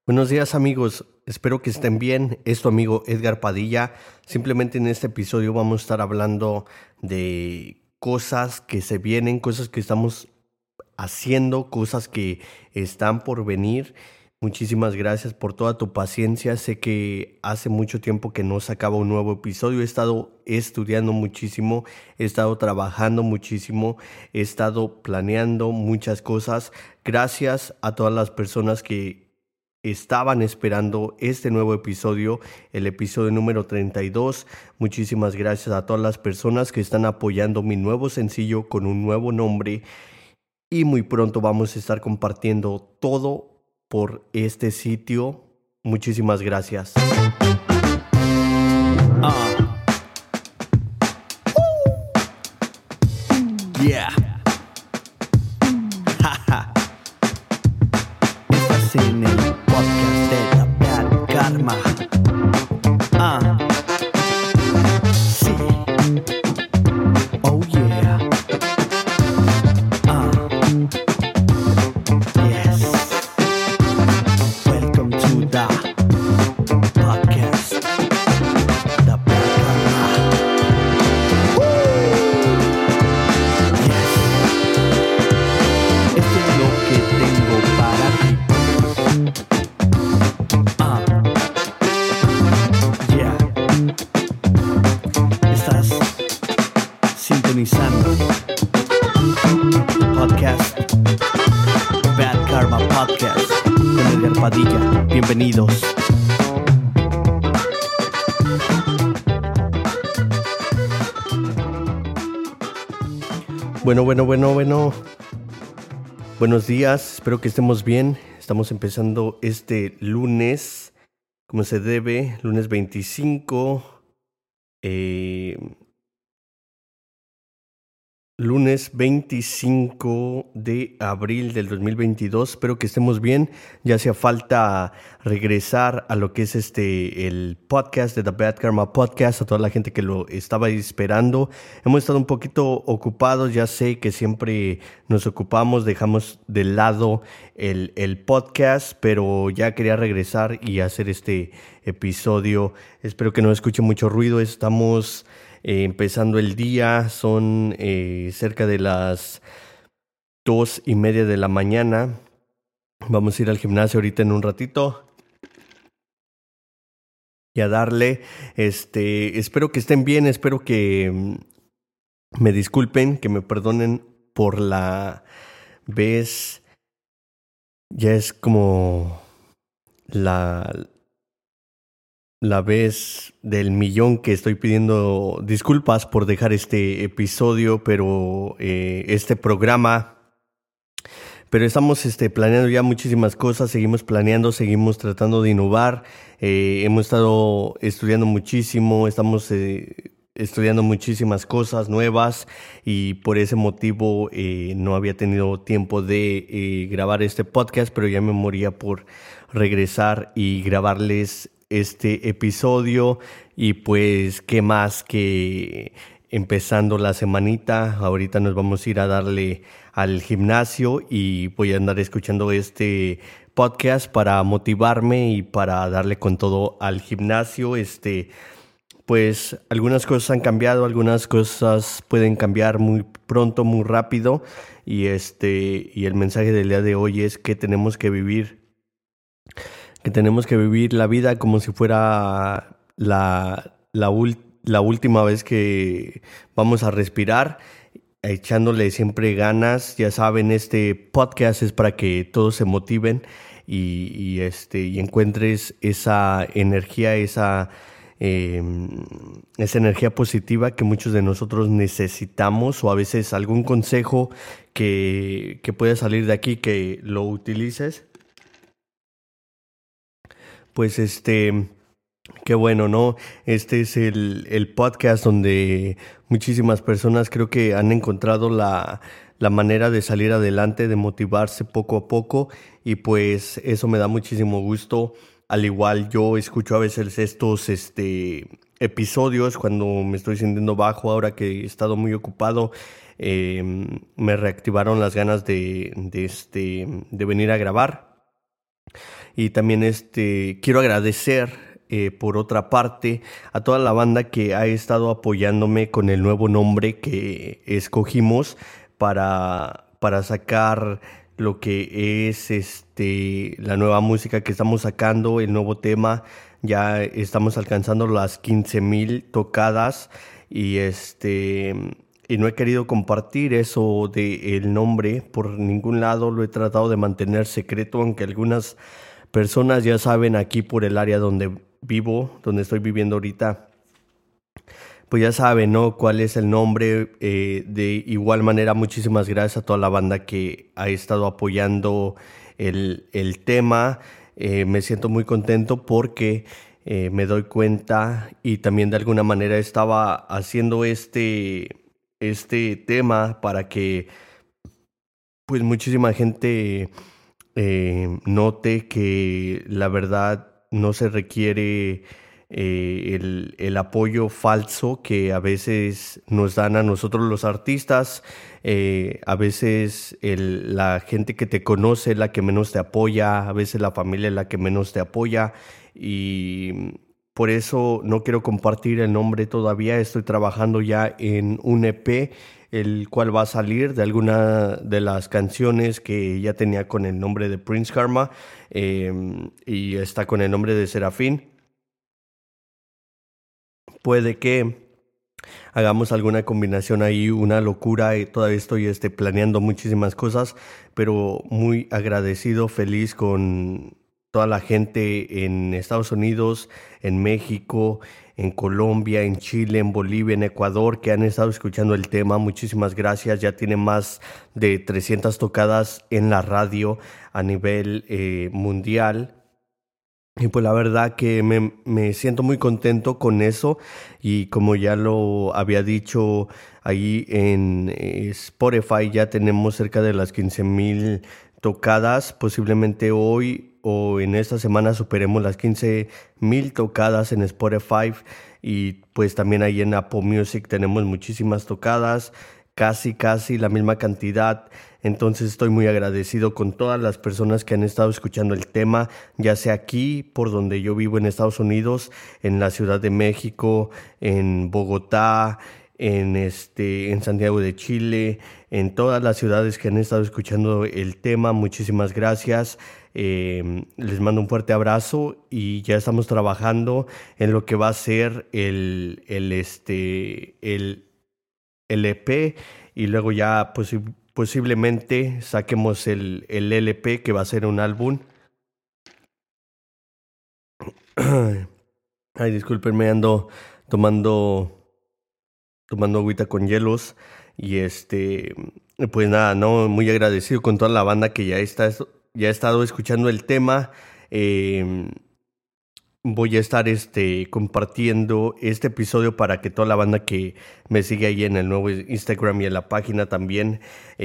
Buenos días amigos, espero que estén bien. Es tu amigo Edgar Padilla. Simplemente en este episodio vamos a estar hablando de cosas que se vienen, cosas que estamos haciendo, cosas que están por venir. Muchísimas gracias por toda tu paciencia. Sé que hace mucho tiempo que no sacaba un nuevo episodio. He estado estudiando muchísimo, he estado trabajando muchísimo, he estado planeando muchas cosas. Gracias a todas las personas que estaban esperando este nuevo episodio, el episodio número 32. Muchísimas gracias a todas las personas que están apoyando mi nuevo sencillo con un nuevo nombre y muy pronto vamos a estar compartiendo todo por este sitio. Muchísimas gracias. Yeah. Estás en el podcast de The Bad Karma. Sí. Oh yeah. Yes. Welcome to the podcast, The Bad Karma. Yes. Esto es lo que tengo para ti. Yeah. Estás sintonizando el podcast Bad Karma Podcast con Edgar Padilla. Bienvenidos. Bueno. Buenos días, espero que estemos bien. Estamos empezando este lunes, como se debe, lunes 25. Lunes 25 de abril del 2022. Espero que estemos bien. Ya hacía falta regresar a lo que es el podcast de The Bad Karma Podcast, a toda la gente que lo estaba esperando. Hemos estado un poquito ocupados, ya sé que siempre nos ocupamos, dejamos de lado el podcast, pero ya quería regresar y hacer este episodio. Espero que no escuche mucho ruido. Estamos empezando el día, son cerca de las 2:30 de la mañana. Vamos a ir al gimnasio ahorita en un ratito y a darle. Espero que estén bien, espero que me disculpen, que me perdonen por la vez. Ya es como la vez del millón que estoy pidiendo disculpas por dejar este episodio, pero este programa. Pero estamos planeando ya muchísimas cosas, seguimos planeando, seguimos tratando de innovar. Hemos estado estudiando muchísimo, estamos estudiando muchísimas cosas nuevas y por ese motivo no había tenido tiempo de grabar este podcast, pero ya me moría por regresar y grabarles este episodio. Y pues qué más que empezando la semanita. Ahorita nos vamos a ir a darle al gimnasio y voy a andar escuchando este podcast para motivarme y para darle con todo al gimnasio. Pues algunas cosas han cambiado, algunas cosas pueden cambiar muy pronto, muy rápido, y el mensaje del día de hoy es que tenemos que vivir la vida como si fuera la última vez que vamos a respirar, echándole siempre ganas. Ya saben, este podcast es para que todos se motiven y encuentres esa energía, esa energía positiva que muchos de nosotros necesitamos, o a veces algún consejo que pueda salir de aquí, que lo utilices. Pues qué bueno, ¿no? Este es el podcast donde muchísimas personas creo que han encontrado la manera de salir adelante, de motivarse poco a poco, y pues eso me da muchísimo gusto. Al igual yo escucho a veces estos episodios cuando me estoy sintiendo bajo. Ahora que he estado muy ocupado, me reactivaron las ganas de venir a grabar. Y también quiero agradecer por otra parte a toda la banda que ha estado apoyándome con el nuevo nombre que escogimos para sacar lo que es la nueva música que estamos sacando, el nuevo tema. Ya estamos alcanzando las 15,000 tocadas y y no he querido compartir eso del nombre por ningún lado. Lo he tratado de mantener secreto, aunque algunas personas ya saben aquí por el área donde vivo, donde estoy viviendo ahorita, pues ya saben, ¿no? Cuál es el nombre. De igual manera, muchísimas gracias a toda la banda que ha estado apoyando el tema. Me siento muy contento porque me doy cuenta y también de alguna manera estaba haciendo este tema para que pues muchísima gente note que la verdad no se requiere el apoyo falso que a veces nos dan a nosotros los artistas. A veces la gente que te conoce es la que menos te apoya, a veces la familia es la que menos te apoya y por eso no quiero compartir el nombre todavía. Estoy trabajando ya en un EP, el cual va a salir de alguna de las canciones que ya tenía con el nombre de Prince Karma, y está con el nombre de Serafín. Puede que hagamos alguna combinación ahí, una locura. Todavía estoy planeando muchísimas cosas, pero muy agradecido, feliz con toda la gente en Estados Unidos, en México, en Colombia, en Chile, en Bolivia, en Ecuador, que han estado escuchando el tema. Muchísimas gracias. Ya tiene más de 300 tocadas en la radio a nivel mundial. Y pues la verdad que me siento muy contento con eso y como ya lo había dicho ahí en Spotify, ya tenemos cerca de las 15,000 tocadas. Posiblemente hoy o en esta semana superemos las 15,000 tocadas en Spotify y pues también ahí en Apple Music tenemos muchísimas tocadas, casi la misma cantidad. Entonces estoy muy agradecido con todas las personas que han estado escuchando el tema, ya sea aquí, por donde yo vivo en Estados Unidos, en la Ciudad de México, en Bogotá, en Santiago de Chile, en todas las ciudades que han estado escuchando el tema. Muchísimas gracias. Les mando un fuerte abrazo y ya estamos trabajando en lo que va a ser el EP y luego ya posiblemente saquemos el LP, que va a ser un álbum. Ay, discúlpenme, ando tomando agüita con hielos y pues nada, no, muy agradecido con toda la banda que ya ha estado escuchando el tema. Voy a estar compartiendo este episodio para que toda la banda que me sigue ahí en el nuevo Instagram y en la página también,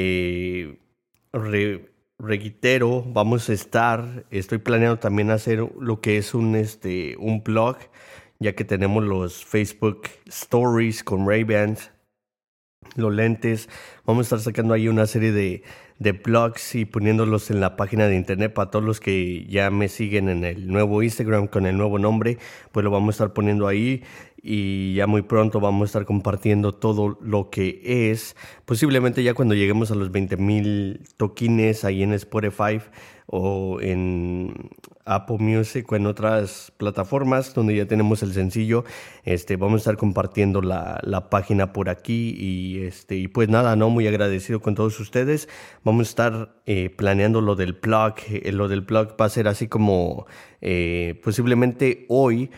reitero, estoy planeando también hacer lo que es un blog, ya que tenemos los Facebook Stories con Ray-Bans, los lentes. Vamos a estar sacando ahí una serie de blogs y poniéndolos en la página de internet para todos los que ya me siguen en el nuevo Instagram con el nuevo nombre, pues lo vamos a estar poniendo ahí y ya muy pronto vamos a estar compartiendo todo lo que es. Posiblemente ya cuando lleguemos a los 20,000 toquines ahí en Spotify o en Apple Music o en otras plataformas donde ya tenemos el sencillo, vamos a estar compartiendo la página por aquí y pues nada, no, muy agradecido con todos ustedes. Vamos a estar planeando lo del blog. Lo del blog va a ser así como posiblemente hoy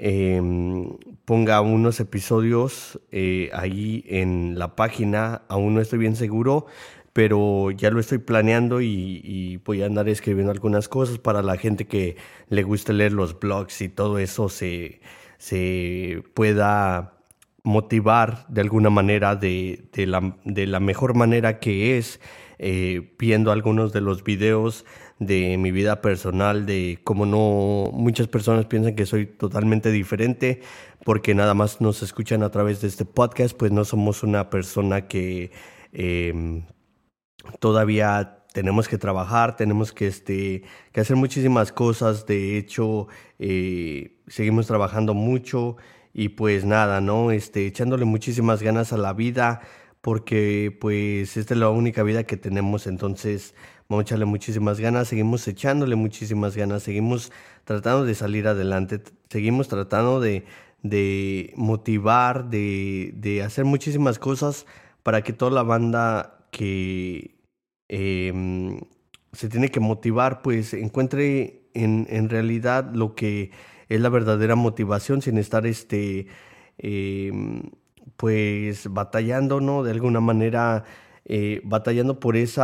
ponga unos episodios ahí en la página. Aún no estoy bien seguro, pero ya lo estoy planeando y voy a andar escribiendo algunas cosas para la gente que le guste leer los blogs y todo eso se pueda motivar de alguna manera de la mejor manera que es, viendo algunos de los videos de mi vida personal, de cómo no muchas personas piensan que soy totalmente diferente porque nada más nos escuchan a través de este podcast. Pues no somos una persona que todavía tenemos que trabajar, tenemos que hacer muchísimas cosas. De hecho, seguimos trabajando mucho y pues nada, ¿no? Echándole muchísimas ganas a la vida porque pues esta es la única vida que tenemos. Entonces vamos a echarle muchísimas ganas, seguimos echándole muchísimas ganas, seguimos tratando de salir adelante, seguimos tratando de motivar, de hacer muchísimas cosas para que toda la banda que em, se tiene que motivar, pues encuentre en realidad lo que es la verdadera motivación sin estar em, pues batallando, ¿no? De alguna manera, batallando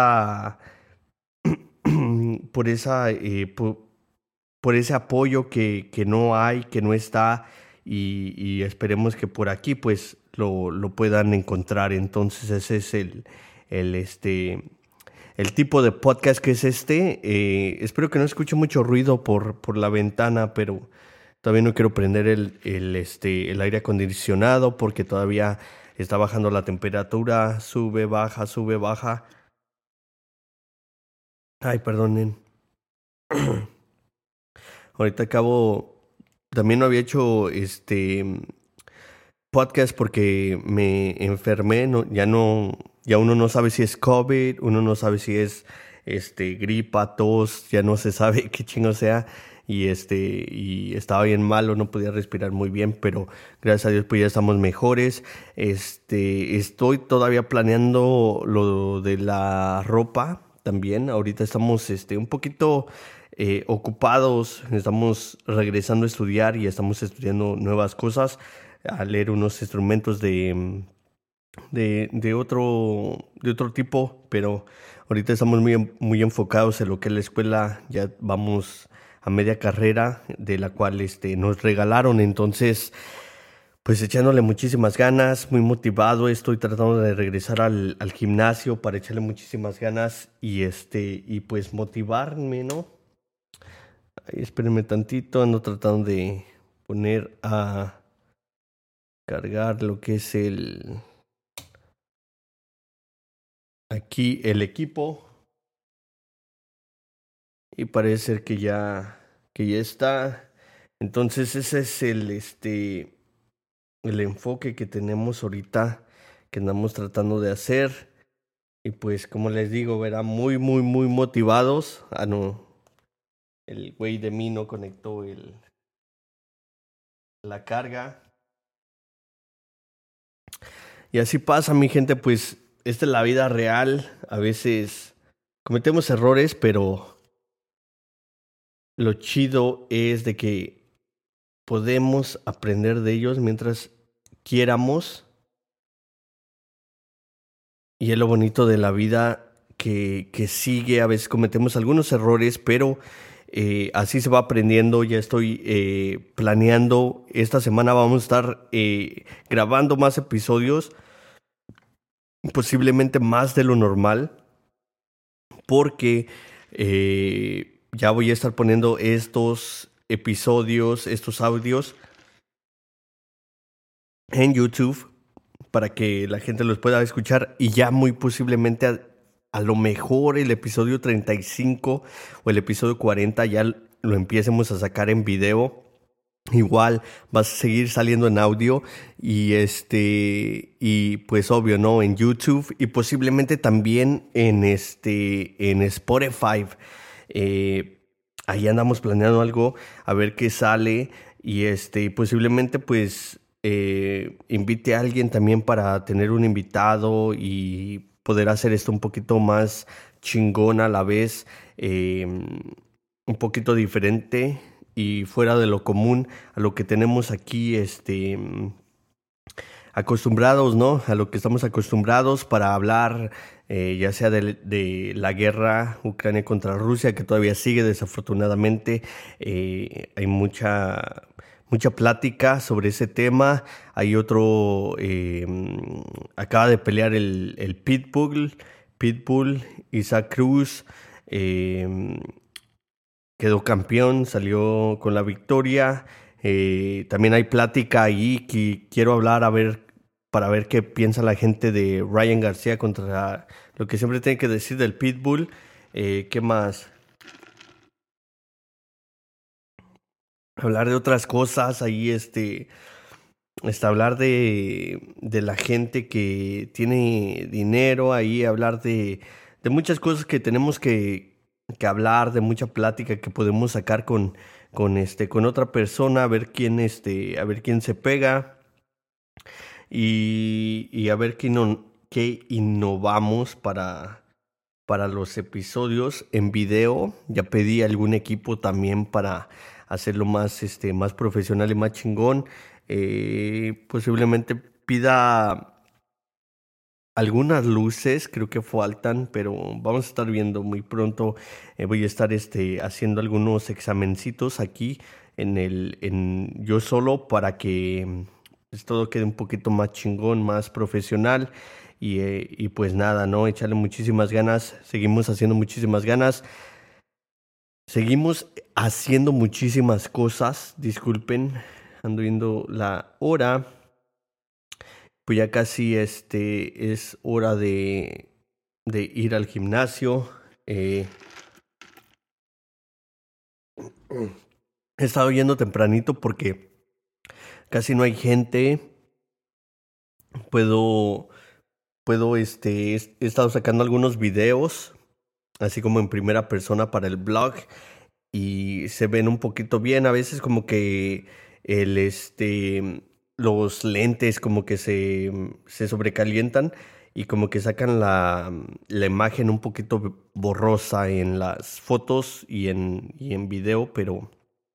por por ese apoyo que no hay, que no está, y esperemos que por aquí pues lo puedan encontrar. Entonces ese es el, este, el tipo de podcast que es este. Espero que no escuche mucho ruido por la ventana, pero todavía no quiero prender el aire acondicionado porque todavía está bajando la temperatura, sube, baja, sube, baja. Ay, perdonen. Ahorita también no había hecho podcast porque me enfermé, ya uno no sabe si es COVID, uno no sabe si es gripa, tos, ya no se sabe qué chingo sea. Y estaba bien malo, no podía respirar muy bien, pero gracias a Dios pues ya estamos mejores. Estoy todavía planeando lo de la ropa también. Ahorita estamos un poquito ocupados, estamos regresando a estudiar y estamos estudiando nuevas cosas, a leer unos instrumentos de otro tipo, pero ahorita estamos muy enfocados en lo que es la escuela. Ya vamos a media carrera de la cual nos regalaron. Entonces pues echándole muchísimas ganas, muy motivado. Estoy tratando de regresar al gimnasio para echarle muchísimas ganas y pues motivarme, ¿no? Ay, espérenme tantito, ando tratando de poner a cargar lo que es aquí el equipo, y parece ser que ya está. Entonces ese es el enfoque que tenemos ahorita, que andamos tratando de hacer. Y pues como les digo, verá, muy motivados. Ah, no, el güey de mí no conectó la carga. Y así pasa, mi gente, pues esta es la vida real. A veces cometemos errores, pero lo chido es de que podemos aprender de ellos mientras quieramos. Y es lo bonito de la vida que sigue. A veces cometemos algunos errores, pero así se va aprendiendo. Ya estoy planeando. Esta semana vamos a estar grabando más episodios, posiblemente más de lo normal, porque ya voy a estar poniendo estos episodios, estos audios en YouTube para que la gente los pueda escuchar, y ya muy posiblemente a lo mejor el episodio 35 o el episodio 40 ya lo empiecemos a sacar en video. Igual va a seguir saliendo en audio y pues obvio, ¿no? En YouTube y posiblemente también en Spotify. Ahí andamos planeando algo, a ver qué sale, y posiblemente pues invite a alguien también para tener un invitado y poder hacer esto un poquito más chingón a la vez, un poquito diferente y fuera de lo común a lo que tenemos aquí, acostumbrados, ¿no? A lo que estamos acostumbrados para hablar, ya sea de la guerra Ucrania contra Rusia, que todavía sigue desafortunadamente. Hay mucha plática sobre ese tema. Hay otro, acaba de pelear el Pitbull, Isaac Cruz, quedó campeón, salió con la victoria. También hay plática ahí que quiero hablar para ver qué piensa la gente de Ryan García contra lo que siempre tiene que decir del Pitbull. ¿Qué más? Hablar de otras cosas, ahí hablar de la gente que tiene dinero, ahí hablar de muchas cosas que tenemos que hablar, de mucha plática que podemos sacar con otra persona, a ver quién se pega y a ver qué innovamos para los episodios en video. Ya pedí algún equipo también para hacerlo más profesional y más chingón. Posiblemente pida algunas luces, creo que faltan, pero vamos a estar viendo muy pronto. Voy a estar haciendo algunos examencitos aquí en yo solo para que todo quede un poquito más chingón, más profesional. Y pues nada, ¿no? Echarle muchísimas ganas. Seguimos haciendo muchísimas ganas. Seguimos haciendo muchísimas cosas. Disculpen, ando viendo la hora. Pues ya casi es hora de ir al gimnasio. He estado yendo tempranito porque casi no hay gente. Puedo, he estado sacando algunos videos, así como en primera persona para el blog, y se ven un poquito bien. A veces como que el los lentes como que se sobrecalientan y como que sacan la imagen un poquito borrosa en las fotos y en video, pero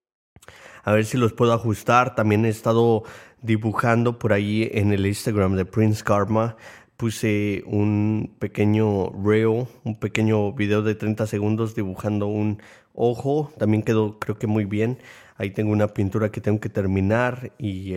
a ver si los puedo ajustar. También he estado dibujando por ahí en el Instagram de Prince Karma. Puse un pequeño reel, un pequeño video de 30 segundos dibujando un ojo. También quedó, creo que muy bien. Ahí tengo una pintura que tengo que terminar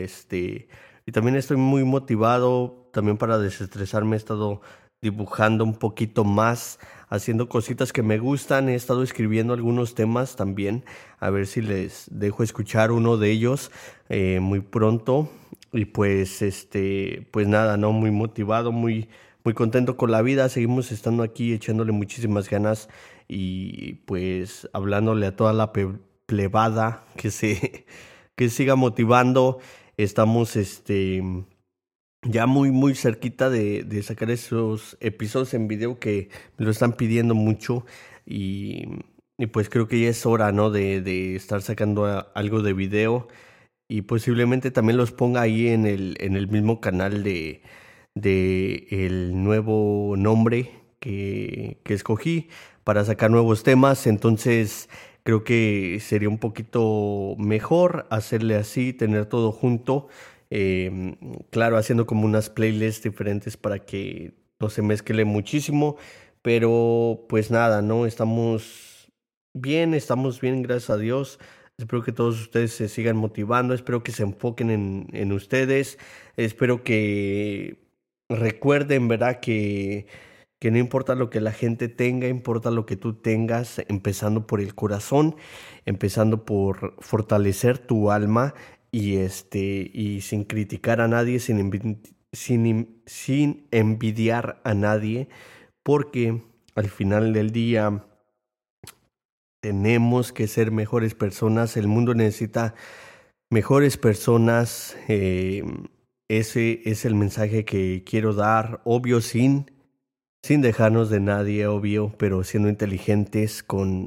y también estoy muy motivado. También para desestresarme he estado dibujando un poquito más, haciendo cositas que me gustan. He estado escribiendo algunos temas también. A ver si les dejo escuchar uno de ellos muy pronto. Y pues, pues nada, ¿no? Muy motivado, muy contento con la vida. Seguimos estando aquí echándole muchísimas ganas y pues hablándole a toda la plebada que siga motivando. Estamos, ya muy cerquita de sacar esos episodios en video que me lo están pidiendo mucho y, y pues creo que ya es hora, ¿no? De estar sacando algo de video y posiblemente también los ponga ahí en el mismo canal de el nuevo nombre que escogí para sacar nuevos temas. Entonces creo que sería un poquito mejor hacerle así, tener todo junto. Claro, haciendo como unas playlists diferentes para que no se mezcle muchísimo, pero pues nada, ¿no? Estamos bien, gracias a Dios. Espero que todos ustedes se sigan motivando, espero que se enfoquen en ustedes, espero que recuerden, ¿verdad? Que no importa lo que la gente tenga, importa lo que tú tengas, empezando por el corazón, empezando por fortalecer tu alma y sin criticar a nadie, sin envidiar a nadie, porque al final del día tenemos que ser mejores personas. El mundo necesita mejores personas. Ese es el mensaje que quiero dar, obvio, sin dejarnos de nadie, obvio, pero siendo inteligentes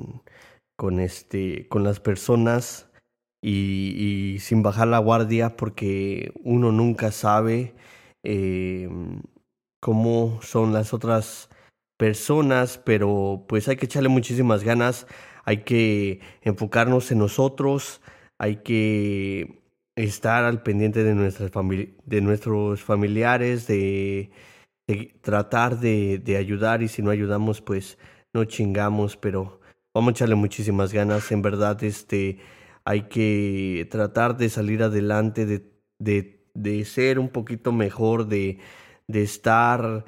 con las personas y sin bajar la guardia, porque uno nunca sabe eh, cómo son las otras personas, pero pues hay que echarle muchísimas ganas, hay que enfocarnos en nosotros, hay que estar al pendiente de de nuestros familiares, de tratar de ayudar, y si no ayudamos pues no chingamos, pero vamos a echarle muchísimas ganas. En verdad hay que tratar de salir adelante, de ser un poquito mejor, de estar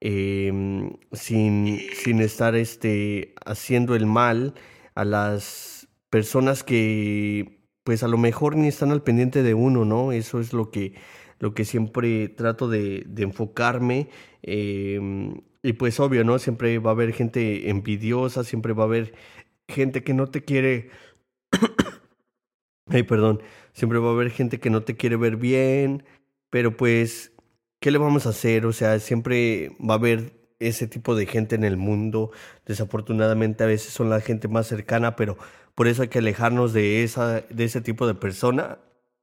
sin estar haciendo el mal a las personas que pues a lo mejor ni están al pendiente de uno, ¿no? Eso es lo que siempre trato de enfocarme. Y pues obvio, ¿no? Siempre va a haber gente envidiosa, siempre va a haber gente que no te quiere, ay, perdón, siempre va a haber gente que no te quiere ver bien, pero pues, ¿qué le vamos a hacer? O sea, siempre va a haber ese tipo de gente en el mundo. Desafortunadamente a veces son la gente más cercana, pero por eso hay que alejarnos de ese tipo de persona.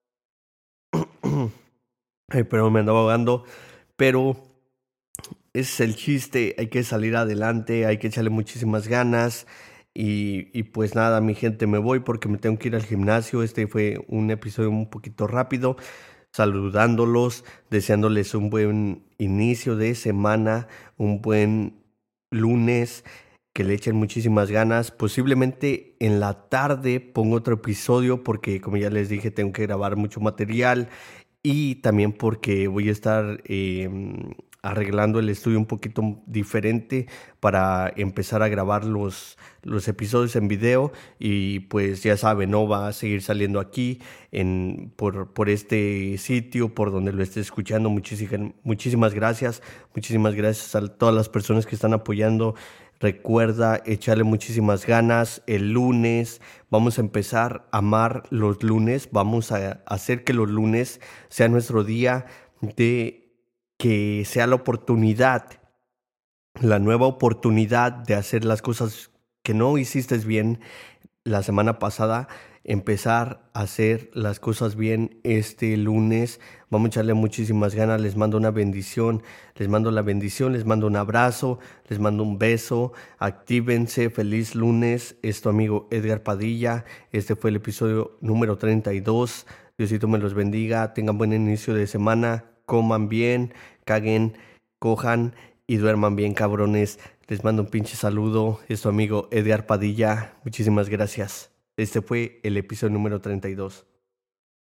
Ay, perdón, me andaba ahogando, pero ese es el chiste, hay que salir adelante, hay que echarle muchísimas ganas. Y pues nada, mi gente, me voy porque me tengo que ir al gimnasio. Este fue un episodio un poquito rápido, saludándolos, deseándoles un buen inicio de semana, un buen lunes, que le echen muchísimas ganas. Posiblemente en la tarde pongo otro episodio porque como ya les dije, tengo que grabar mucho material y también porque voy a estar arreglando el estudio un poquito diferente para empezar a grabar los episodios en video. Y pues ya saben, no va a seguir saliendo aquí por este sitio, por donde lo esté escuchando. Muchísimas gracias. Muchísimas gracias a todas las personas que están apoyando. Recuerda echarle muchísimas ganas. El lunes vamos a empezar a amar los lunes. Vamos a hacer que los lunes sea nuestro día, de que sea la oportunidad, la nueva oportunidad de hacer las cosas que no hiciste bien la semana pasada, empezar a hacer las cosas bien este lunes. Vamos a echarle muchísimas ganas. Les mando una bendición, les mando la bendición, les mando un abrazo, les mando un beso. Actívense, feliz lunes. Es tu amigo Edgar Padilla. Este fue el episodio número 32. Diosito me los bendiga, tengan buen inicio de semana, coman bien, caguen, cojan y duerman bien, cabrones. Les mando un pinche saludo. Es tu amigo Edgar Padilla. Muchísimas gracias. Este fue el episodio número 32.